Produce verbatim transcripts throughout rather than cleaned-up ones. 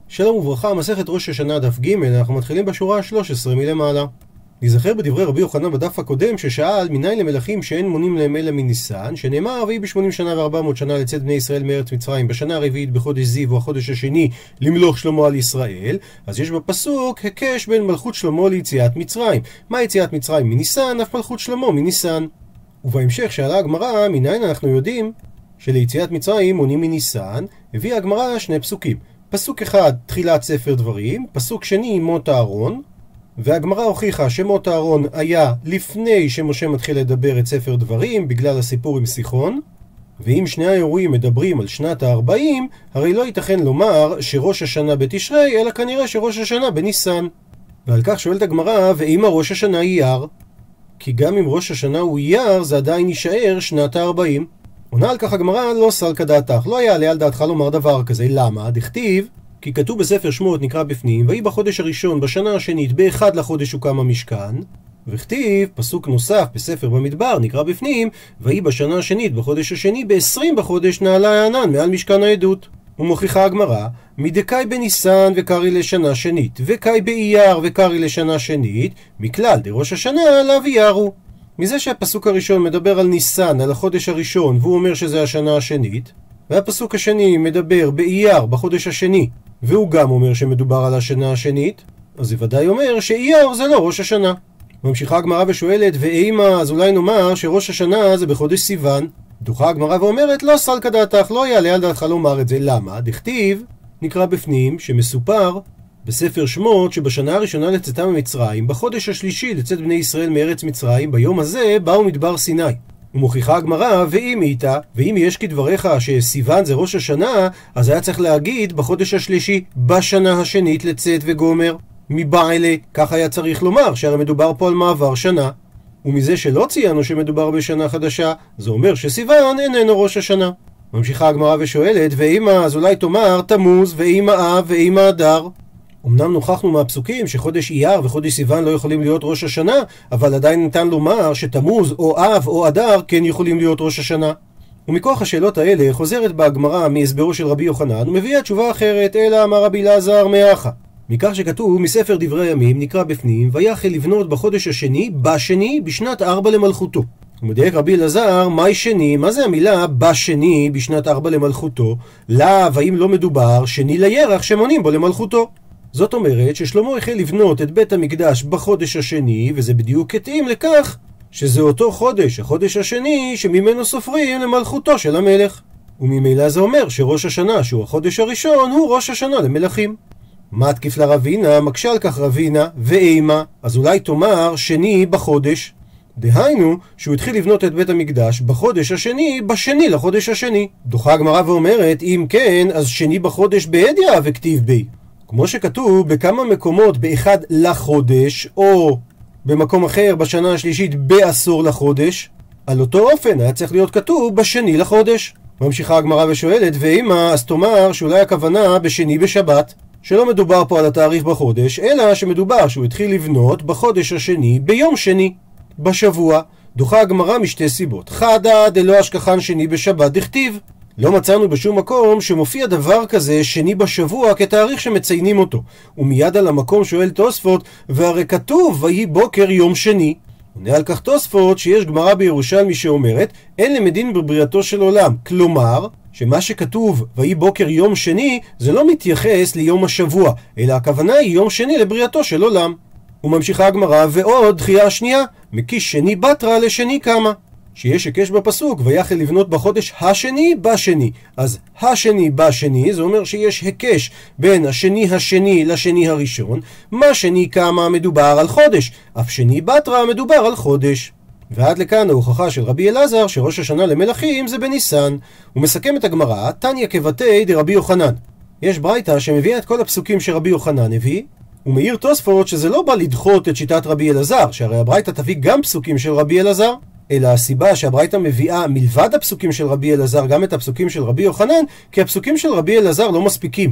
שלום וברכה, מסכת ראש השנה דף ג', אנחנו מתחילים בשורה ה-שלוש עשרה מלמעלה. נזכר בדברי רבי יוחנן בדף הקודם ששאל מניין למלכים שאין מונים להם אלא מניסן, שנאמר ויהי בשמונים שנה וארבע מאות שנה לצאת בני ישראל מארץ מצרים, בשנה הרביעית בחודש זיו החודש השני למלוך שלמה על ישראל. אז יש בפסוק הקש בין מלכות שלמה ליציאת מצרים. מה יציאת מצרים מניסן? אף מלכות שלמה מניסן. ובהמשך שאלה הגמרא מניין אנחנו יודעים שליציאת מצרים מונים מניסן. הביאה הגמרא שני פסוקים, פסוק אחד תחילת ספר דברים, פסוק שני מות אהרון, והגמרא הוכיחה שמות אהרון היה לפני שמשה מתחיל לדבר את ספר דברים בגלל הסיפור עם סיחון, ואם שני האירועים מדברים על שנת ה-ארבעים, הרי לא ייתכן לומר שראש השנה בתשרי, אלא כנראה שראש השנה בניסן. ועל כך שואלת הגמרא, ואם ראש השנה אייר? כי גם אם ראש השנה הוא אייר, זה עדיין יישאר שנת ה-ארבעים. עונה על כך הגמרא, לא סלקא דעתך, לא יעלה על דעתך לומר דבר כזה. למה? דכתיב, כי כתוב בספר שמות נקרא בפנים, ויהי בחודש הראשון בשנה השנית באחד לחודש הוקם המשכן, וכתיב פסוק נוסף בספר במדבר נקרא בפנים, ויהי בשנה השנית בחודש השני בעשרים בחודש נעלה הענן מעל משכן העדות. ומוכיחה הגמרא, מדקאי בניסן וקרי לשנה שנית, וקאי באייר וקרי לשנה שנית, מכלל דראש השנה עליו אייירו. מזה שהפסוק הראשון מדבר על ניסן, על החודש הראשון, והוא אומר שזה השנה השנית, והפסוק השני מדבר באייר בחודש השני, והוא גם אומר שמדובר על השנה השנית, אז זה ודאי אומר שאייר זה לא ראש השנה. ממשיכה הגמרא ושואלת, ואימה, אז אולי נאמר שראש השנה זה בחודש סיוון? דוחה הגמרא ואומרת, לא סלקא דעתך, לא יעלה על דעתך לומר את זה. למה? דכתיב, נקרא בפנים, שמסופר בספר שמות שבשנה הראשונה לצאתם ממצרים, בחודש השלישי לצאת בני ישראל מארץ מצרים, ביום הזה באו מדבר סיני. ומוכיחה הגמרא, ואם איתה, ואם יש כדבריך שסיוון זה ראש השנה, אז היה צריך להגיד בחודש השלישי, בשנה השנית לצאת וגומר, מבעלה, כך היה צריך לומר, שהרי מדובר פה על מעבר שנה. ומזה שלא ציינו שמדובר בשנה חדשה, זה אומר שסיוון איננו ראש השנה. ממשיכה הגמרא ושואלת, ואימה, אז אולי תאמר תמוז, ואימה אב, ואימה אדר. אמנם נוכחנו מהפסוקים שחודש אייר וחודש סיוון לא יכולים להיות ראש השנה, אבל עדיין ניתן לומר שתמוז או אב או אדר כן יכולים להיות ראש השנה. ומכוח השאלות האלה חוזרת בהגמרא מהסברו של רבי יוחנן ומביאה תשובה אחרת, אלא אמר רבי אלעזר מאחה. מכך שכתוב מספר דברי הימים נקרא בפנים, ויחל לבנות בחודש השני בשני בשנת ארבע למלכותו. ומדייק רבי אלעזר, מהי שני? מה זה המילה בשני בשנת ארבע למלכותו? לאו, האם לא מדובר שני לירח שמונים בו למלכותו? זאת אומרת ששלמה החל לבנות את בית המקדש בחודש השני, וזה בדיוק התאים לכך שזה אותו חודש, החודש השני, שממנו סופרים למלכותו של המלך. וממילא זה אומר שראש השנה, שהוא החודש הראשון, הוא ראש השנה למלכים. מה תקיף לרבינה? מקשה על כך רבינה, ואימה, אז אולי תאמר שני בחודש. דהיינו, שהוא התחיל לבנות את בית המקדש בחודש השני, בשני לחודש השני. דוחה הגמרא ואומרת, אם כן, אז שני בחודש בהדיא וכתיב בי. כמו שכתוב בכמה מקומות באחד לחודש, או במקום אחר בשנה השלישית בעשור לחודש, על אותו אופן היה צריך להיות כתוב בשני לחודש. ממשיכה הגמרא ושואלת, ואימה, אז תאמר שאולי הכוונה בשני בשבת, שלא מדובר פה על התאריך בחודש, אלא שמדובר שהוא התחיל לבנות בחודש השני ביום שני, בשבוע. דוחה הגמרא משתי סיבות. חדה דלא אשכחן שני בשבת דכתיב. לא מצאנו בשום מקום שמופיע דבר כזה שני בשבוע כתאריך שמציינים אותו. ומיד על המקום שואל תוספות, והרי כתוב ויהי בוקר יום שני. עונה על כך תוספות שיש גמרא בירושלמי שאומרת אין למדין בבריאתו של עולם, כלומר שמה שכתוב ויהי בוקר יום שני זה לא מתייחס ליום השבוע, אלא הכוונה היא יום שני לבריאתו של עולם. וממשיכה הגמרא, ועוד דחייה שנייה, מקיש שני בתרא לשני כמה, שיש הקש בפסוק ויחל לבנות בחודש השני בשני. אז השני בשני זה אומר שיש הקש בין השני השני לשני הראשון. מה שני כמה מדובר על חודש, אף שני בתרא מדובר על חודש. ועד לכאן ההוכחה של רבי אלעזר שראש השנה למלכים זה בניסן. הוא מסכם את הגמרא, תניא כבתי דרבי יוחנן. יש ברייתא שמביאה את כל הפסוקים שרבי יוחנן הביא, ומאיר תוספות שזה לא בא לדחות את שיטת רבי אלעזר, שהרי הברייתא תביא גם פסוקים של רבי אלעזר, אלא הסיבה שהברייתא מביאה מלבד הפסוקים של רבי אלעזר גם את הפסוקים של רבי יוחנן, כי הפסוקים של רבי אלעזר לא מספיקים.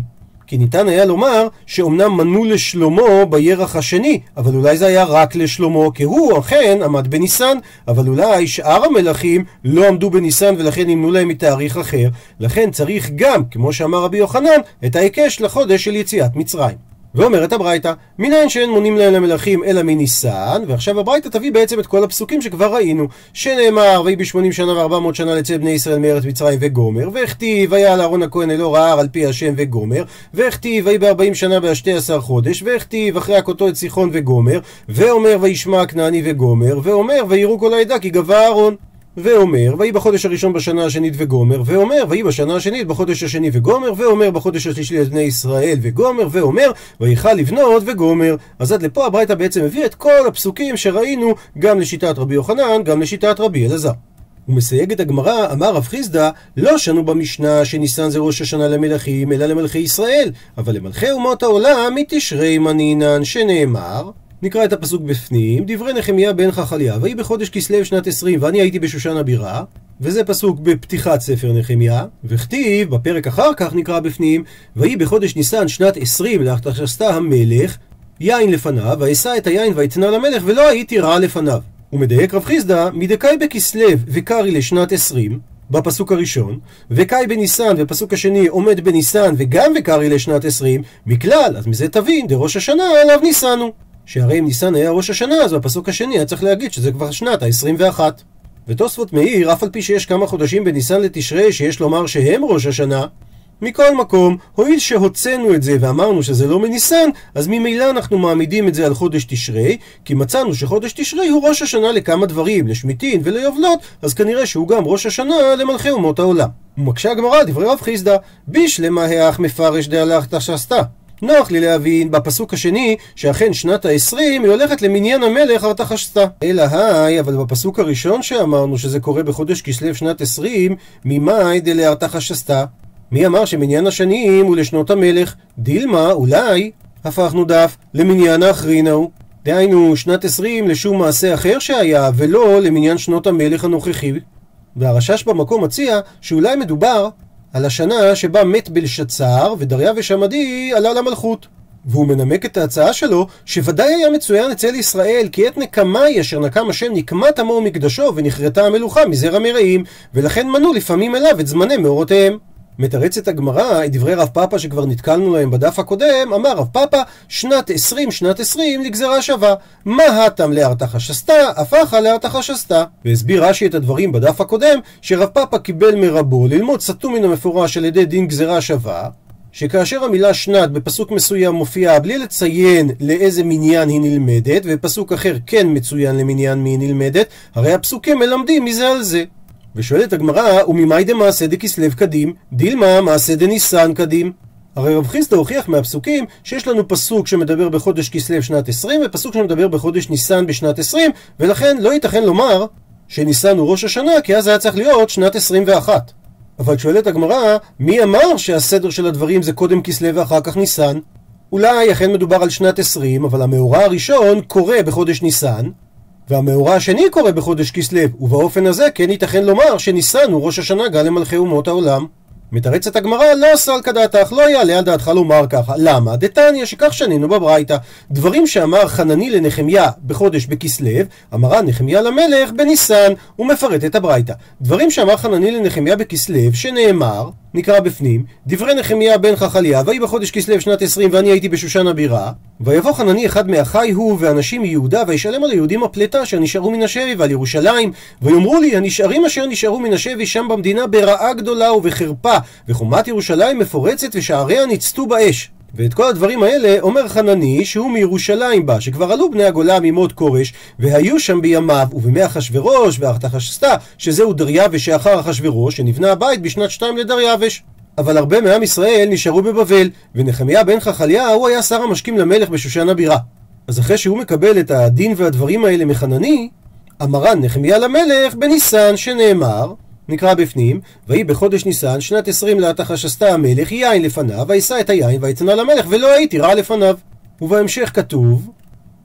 כי ניתן היה לומר שאומנם מנו לשלמה בירח השני, אבל אולי זה היה רק לשלמה, כי הוא אכן עמד בניסן, אבל אולי שאר המלכים לא עמדו בניסן ולכן ימנו להם מתאריך אחר. לכן צריך גם, כמו שאמר רבי יוחנן, את ההיקש לחודש של יציאת מצרים. ואומרת הברייתא, מניין שאין מונים להם למלכים אלא מניסן, ועכשיו הברייתא תביא בעצם את כל הפסוקים שכבר ראינו, שנאמר ויהי בשמונים שנה וארבע מאות שנה לצאת בני ישראל מארץ מצרים וגומר, והכתיב והיה על אהרון הכהן אלוה ההר על פי השם וגומר, והכתיב ויהי בארבעים שנה בשתי עשר חודש, והכתיב אחרי הכותו את סיחון וגומר, ואומר וישמע הכנעני וגומר, ואומר ויראו כל העדה כי גבה אהרון, ואומר ויהי בחודש הראשון בשנה השנית וגומר, ואומר ויהי בשנה השנית בחודש השני וגומר, ואומר בחודש השלישי לבני ישראל וגומר, ואומר ויכל לבנות וגומר. אז עד לפה הברייתא בעצם הביא את כל הפסוקים שראינו גם לשיטת רבי יוחנן, גם לשיטת רבי אלעזר. ומסייג את הגמרא, אמר רב חיסדא, לא שנו במשנה שניסן זה ראש השנה למלכים אלא למלכי ישראל, אבל למלכי אומות העולם מתשרי מנינן, שנאמר, נקרא את הפסוק בפנים, דברי נחמיה בן חכליה, ויהי בחודש כסלו שנת עשרים ואני הייתי בשושן הבירה, וזה פסוק בפתיחת ספר נחמיה, וכתיב בפרק אחר כך נקרא בפנים, ויהי בחודש ניסן שנת עשרים לארתחשסתא המלך יין לפניו, ואשא את היין ואתנה למלך ולא הייתי רע לפניו. ומדייק רב חיסדא, מדקאי בכסלו וקרי לשנת עשרים בפסוק הראשון, וקאי בניסן ופסוק השני עומד בניסן וגם וקרי לשנת עשרים, מכלל, אז מזה תבין דראש השנה עליו ניסנו, שהרי אם ניסן היה ראש השנה, אז בפסוק השני היה צריך להגיד שזה כבר שנת ה-עשרים ואחת. ותוספות מאיר, אף על פי שיש כמה חודשים בניסן לתשרי שיש לומר שהם ראש השנה, מכל מקום, הואיל שהוצאנו את זה ואמרנו שזה לא מניסן, אז ממילא אנחנו מעמידים את זה על חודש תשרי, כי מצאנו שחודש תשרי הוא ראש השנה לכמה דברים, לשמיטין וליובלות, אז כנראה שהוא גם ראש השנה למלכי אומות העולם. ומקשה הגמרא דברי רב חיסדא, בישלמה האח מפרש דארתחשסתא. נוח לי להבין בפסוק השני שאכן שנת ה-עשרים היא הולכת למניין המלך ארתחשסתא. אלא היי, אבל בפסוק הראשון שאמרנו שזה קורה בחודש כסלו שנת עשרים, ממאי דלארתחשסתא? מי אמר שמניין השנים הוא לשנות המלך? דילמה, אולי הפכנו דף למניין האחרינהו, דהיינו שנת עשרים לשום מעשה אחר שהיה ולא למניין שנות המלך הנוכחי. והרשש במקום מציע שאולי מדובר על השנה שבה מת בלשצר ודריווש המדי עלה למלכות, והוא מנמק את ההצעה שלו שוודאי היה מצוין אצל ישראל כי עת נקמה היא אשר נקם השם נקמת עמו ומקדשו ונחרטה המלוכה מזרע מרעים, ולכן מנו לפעמים אליו את זמני מאורותיהם. מתרצת הגמרא את דברי רב פאפא שכבר נתקלנו להם בדף הקודם. אמר רב פאפא, שנת עשרים שנת עשרים לגזרה שווה, מה הטם לארתחשסתא הפכה לארתחשסתא. והסביר רש"י את הדברים בדף הקודם שרב פאפא קיבל מרבו ללמוד סתום מן המפורש על ידי דין גזרה שווה, שכאשר המילה שנת בפסוק מסוים מופיעה בלי לציין לאיזה מניין היא נלמדת, ופסוק אחר כן מצוין למניין מי היא נלמדת, הרי הפסוקים מלמדים מזה על זה. ושואלת הגמרא, וממאי דמעשה דכסלו קדים, דילמה מעשה דניסן קדים. הרי רב חיסדא הוכיח מהפסוקים שיש לנו פסוק שמדבר בחודש כסלו שנת עשרים ופסוק שמדבר בחודש ניסן בשנת עשרים, ולכן לא ייתכן לומר שניסן הוא ראש השנה, כי אז היה צריך להיות שנת עשרים ואחת. אבל שואלת הגמרא, מי אמר שהסדר של הדברים זה קודם כסלו ואחר כך ניסן? אולי אכן מדובר על שנת עשרים, אבל המאורע הראשון קורה בחודש ניסן והמאורע השני קורה בחודש כסלו, ובאופן הזה כן ייתכן לומר שניסן הוא ראש השנה גם למלכי אומות העולם. מתרצת הגמרא, לא סל כדעתך, לא יעלה על דעתך לומר ככה. למה? דתניא, שכך שנינו בברייתא, דברים שאמר חנני לנחמיה בחודש בכסלו, אמרה נחמיה למלך בניסן. הוא מפרט את הברייתא. דברים שאמר חנני לנחמיה בכסלו, שנאמר, נקרא בפנים, דברי נחמיה בן חכליה, ויהי בחודש כסלו שנת עשרים ואני הייתי בשושן הבירה, ויבוא חנני אחד מאחי הוא ואנשים מיהודה, וישלם על היהודים הפלטה אשר נשארו מן השבי ועל ירושלים, ויאמרו לי הנשארים אשר נשארו מן השבי שם במדינה ברעה גדולה ובחרפה, וחומת ירושלים מפורצת ושעריה נצתו באש. ואת כל הדברים האלה אומר חנני שהוא מירושלים בה, שכבר עלו בני הגולה ממות כורש והיו שם בימיו, ובימי אחשוורוש וארתחשסתא שזהו דריווש שאחר אחשוורוש, שנבנה הבית בשנת שתיים לדריווש. אבל הרבה מעם ישראל נשארו בבבל, ונחמיה בן חכליה הוא היה שר המשקים למלך בשושן הבירה. אז אחרי שהוא מקבל את הדין והדברים האלה מחנני, אמרן נחמיה למלך בניסן, שנאמר, נקרא בפנים, ויהי בחודש ניסן שנת עשרים לארתחשסתא המלך יין לפניו, וישא את היין ויתנה למלך ולא הייתי רע לפניו. ובהמשך כתוב,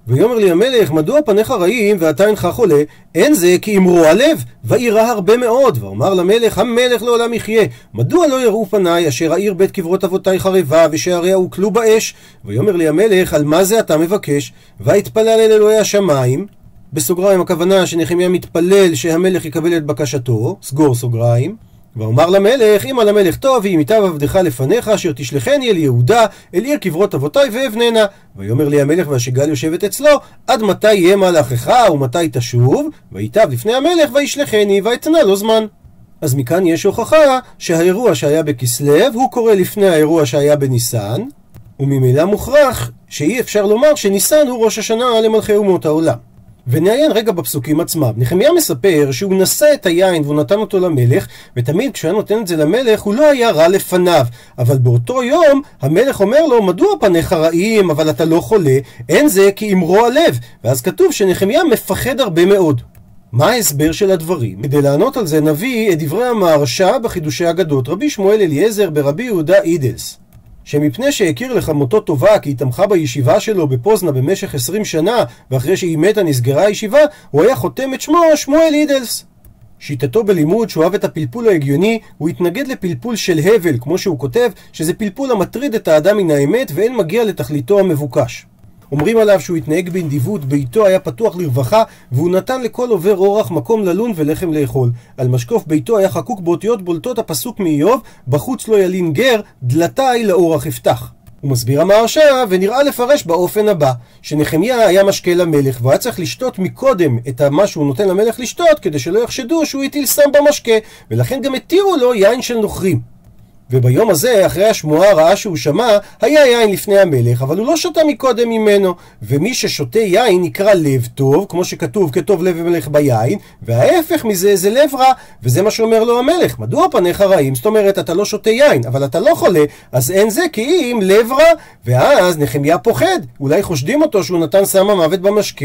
ויאמר לי המלך, מדוע פניך רעים ואתה אינך חולה? אין זה כי אם רוע לב, וירא הרבה מאוד. ואומר למלך, המלך לעולם יחיה, מדוע לא יראו פניי אשר העיר בית קברות אבותי חרבה ושעריה הוקלו באש? ויאמר לי המלך, על מה זה אתה מבקש? ויתפלל אל אלוהי השמיים, בסוגריים הכוונה שנחמיה מתפלל שהמלך יקבל את בקשתו, סגור סוגריים. ואומר למלך, אם על המלך טוב, ואם ייטב עבדך לפניך, אשר תשלחני אל יהודה, אל עיר קברות אבותי ואבננה. ויאמר לי המלך, והשגל יושבת אצלו, עד מתי יהיה מהלכך ומתי תשוב? וייטב לפני המלך וישלחני, ויתנה לו זמן. אז מכאן יש הוכחה שהאירוע שהיה בכסלו הוא קורה לפני האירוע שהיה בניסן, וממילא מוכרח שאי אפשר לומר שניסן הוא ראש השנה למלכי אומות העולם. ונעיין רגע בפסוקים עצמם. נחמיה מספר שהוא נשא את היין והוא נתן אותו למלך, ותמיד כשהיה נותן את זה למלך הוא לא היה רע לפניו, אבל באותו יום המלך אומר לו, מדוע פניך רעים אבל אתה לא חולה? אין זה כי אם רוע לב. ואז כתוב שנחמיה מפחד הרבה מאוד. מה ההסבר של הדברים? כדי לענות על זה נביא את דברי המהרש"א בחידושי אגדות, רבי שמואל אליעזר ברבי יהודה אידלס, שמפני שהכיר לחמותו טובה כי היא תמכה בישיבה שלו בפוזנה במשך עשרים שנה, ואחרי שהיא מתה נסגרה הישיבה, הוא היה חותם את שמו שמואל אידלס. שיטתו בלימוד שהוא אוהב את הפלפול ההגיוני, הוא התנגד לפלפול של הבל, כמו שהוא כותב, שזה פלפול המטריד את האדם מן האמת ואין מגיע לתכליתו המבוקש. אומרים עליו שהוא התנהג בנדיבות, ביתו היה פתוח לרווחה, והוא נתן לכל עובר אורח מקום ללון ולחם לאכול. על משקוף ביתו היה חקוק באותיות בולטות הפסוק מאיוב, בחוץ לא ילין גר, דלתי לאורח יפתח. הוא מסביר המהרש"א ונראה לפרש באופן הבא, שנחמיה היה משקה למלך, והוא היה צריך לשתות מקודם את מה שהוא נותן למלך לשתות, כדי שלא יחשדו שהוא הטיל סם במשקה, ולכן גם התירו לו יין של נוכרים. וביום הזה, אחרי השמועה הרעה שהוא שמע, היה יין לפני המלך, אבל הוא לא שתה מקודם ממנו. ומי ששותה יין נקרא לב טוב, כמו שכתוב, כטוב לב המלך ביין, וההפך מזה זה לב רע, וזה מה שאומר לו המלך. מדוע פניך רעים? זאת אומרת, אתה לא שותה יין, אבל אתה לא חולה, אז אין זה כי אם לב רע. ואז נחמיה פוחד, אולי חושדים אותו שהוא נתן סם המוות במשקה.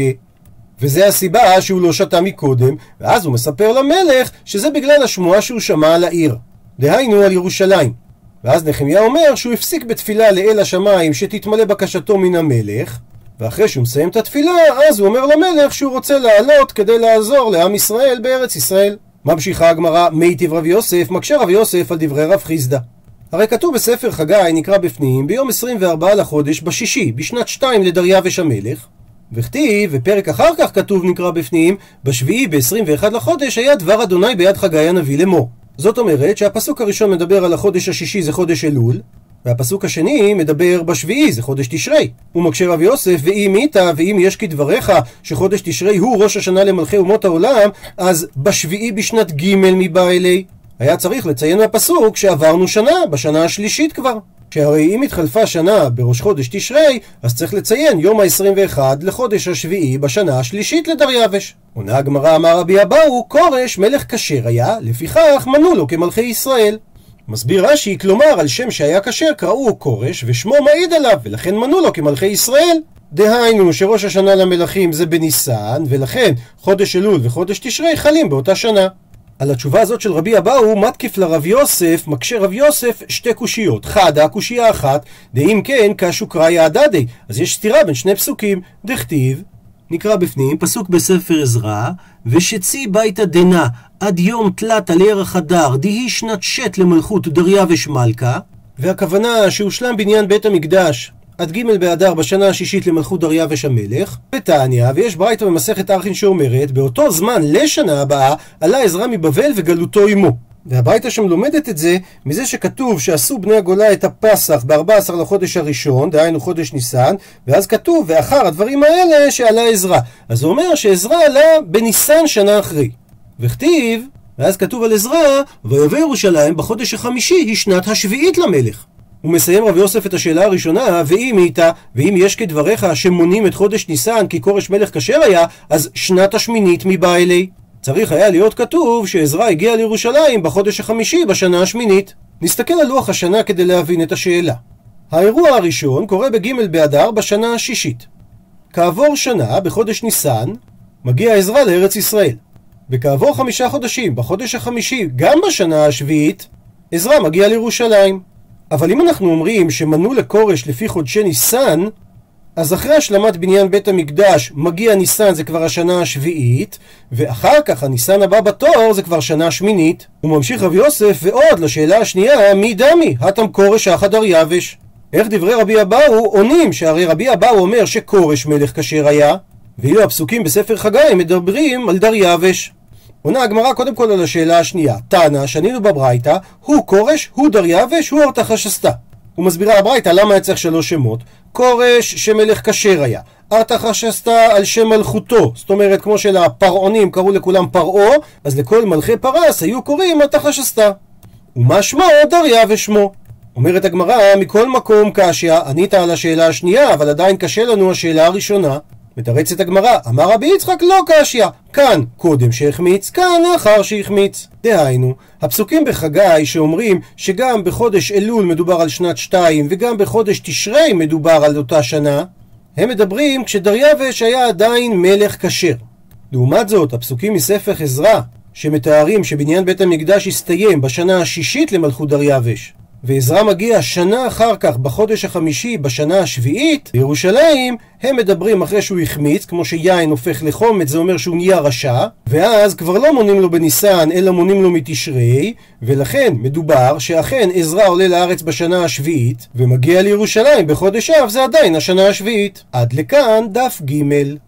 וזה הסיבה שהוא לא שתה מקודם, ואז הוא מספר למלך שזה בגלל השמועה שהוא שמע על העיר. דהיינו על ירושלים. ואז נחמיה אומר שהוא הפסיק בתפילה לאל השמיים שתתמלא בקשתו מן המלך, ואחרי שהוא מסיים את התפילה, אז הוא אומר למלך שהוא רוצה לעלות כדי לעזור לעם ישראל בארץ ישראל. ממשיכה הגמרא, מיטיב רב יוסף, מקשה רב יוסף על דברי רב חיסדא. הרי כתוב בספר חגי, נקרא בפנים, ביום עשרים וארבעה לחודש בשישי, בשנת שתיים לדריווש המלך, וכתיב, ופרק אחר כך כתוב נקרא בפנים, בשביעי ב-עשרים ואחד לחודש היה דבר אדוני ביד חגי הנביא לאמור. זאת אומרת שהפסוק הראשון מדבר על החודש השישי, זה חודש אלול, והפסוק השני מדבר בשביעי, זה חודש תשרי. הוא מקשה רב יוסף, ואם איתה, ואם יש כדבריך שחודש תשרי הוא ראש השנה למלכי אומות העולם, אז בשביעי בשנת ג' מבא אלי. היה צריך לציין בפסוק שעברנו שנה, בשנה השלישית כבר. שהרי אם התחלפה שנה בראש חודש תשרי, אז צריך לציין יום ה-עשרים ואחד לחודש השביעי בשנה השלישית לדריווש. עונה הגמרא, אמר רבי אבאו, כורש מלך כשר היה, לפיכך מנו לו כמלכי ישראל. מסביר רש"י, כלומר על שם שהיה כשר קראו כורש ושמו מעיד עליו, ולכן מנו לו כמלכי ישראל. דהיינו שראש השנה למלכים זה בניסן, ולכן חודש אלול וחודש תשרי חלים באותה שנה. על התשובה הזאת של רבי אבאו מתקיף לרב יוסף, מקשה רב יוסף שתי קושיות. חדה, קושייה אחת, דאם כן קשו קראי הדדי, אז יש סתירה בין שני פסוקים. דכתיב, נקרא בפנים, פסוק בספר עזרא, ושצי ביתה דנה עד יום תלת על ירח אדר, דהי שנת שת למלכות דריווש מלכה, והכוונה שהושלם בניין בית המקדש עד ג' באדר בשנה השישית למלכות דריווש המלך. בתניא, ויש ברייתא במסכת ערכין שאומרת, באותו זמן לשנה הבאה עלה עזרא מבבל וגלותו עמו. והברייתא שם לומדת את זה מזה שכתוב שעשו בני הגולה את הפסח ב-ארבעה עשר לחודש הראשון, דהיינו חודש ניסן, ואז כתוב ואחר הדברים האלה שעלה עזרא. אז זה אומר שעזרא עלה בניסן שנה אחרי. וכתיב, ואז כתוב על עזרא, ויבוא ירושלים בחודש החמישי היא שנת השביעית למלך. הוא מסיים רב יוסף את השאלה הראשונה, ואם איתה, ואם יש כדבריך שמונים את חודש ניסן כי כורש מלך כשר היה, אז שנת השמינית מבא אלי. צריך היה להיות כתוב שעזרא הגיע לירושלים בחודש החמישי בשנה השמינית. נסתכל על לוח השנה כדי להבין את השאלה. האירוע הראשון קורה בג' באדר בשנה השישית. כעבור שנה, בחודש ניסן, מגיע עזרא לארץ ישראל. וכעבור חמישה חודשים, בחודש החמישי, גם בשנה השביעית, עזרא מגיע לירושלים. אבל אם אנחנו אומרים שמנו לכורש לפי חודשי ניסן, אז אחרי השלמת בניין בית המקדש מגיע ניסן, זה כבר השנה השביעית, ואחר כך הניסן הבא בתור זה כבר שנה שמינית. הוא ממשיך רבי יוסף ועוד לשאלה השנייה, מי דמי? התם כורש אחא דריווש. איך דברי רבי אבאו עונים? שהרי רבי אבאו אומר שכורש מלך כשר היה, ואילו הפסוקים בספר חגי מדברים על דריווש. עונה הגמרא קודם כל על השאלה השנייה. תנא, שנינו בברייתא, הוא כורש, הוא דריווש, הוא ארתחשסתא. הוא מסבירה הברייתא למה היה צריך שלוש שמות. כורש שמלך כשר היה, ארתחשסתא על שם מלכותו, זאת אומרת כמו שלפרעונים קראו לכולם פרעו, אז לכל מלכי פרס היו קוראים ארתחשסתא. ומה שמו? דריווש שמו. אומרת הגמרא, מכל מקום קשיא, ענית על השאלה השנייה, אבל עדיין קשה לנו השאלה הראשונה. מתרצת הגמרא, אמר רבי יצחק לא קשיא, כאן קודם שהחמיץ, כאן לאחר שהחמיץ. דהיינו, הפסוקים בחגי שאומרים שגם בחודש אלול מדובר על שנת שתיים וגם בחודש תשרי מדובר על אותה שנה, הם מדברים כשדריווש היה עדיין מלך כשר. לעומת זאת, הפסוקים מספר עזרא שמתארים שבניין בית המקדש הסתיים בשנה השישית למלכות דריווש, ועזרא מגיע שנה אחר כך בחודש החמישי בשנה השביעית בירושלים, הם מדברים אחרי שהוא החמיץ, כמו שיין הופך לחומץ זה אומר שהוא נהיה רשע, ואז כבר לא מונים לו בניסן אלא מונים לו מתשרי, ולכן מדובר שאכן עזרא עולה לארץ בשנה השביעית ומגיע לירושלים בחודש אב, זה עדיין השנה השביעית. עד לכאן דף ג'.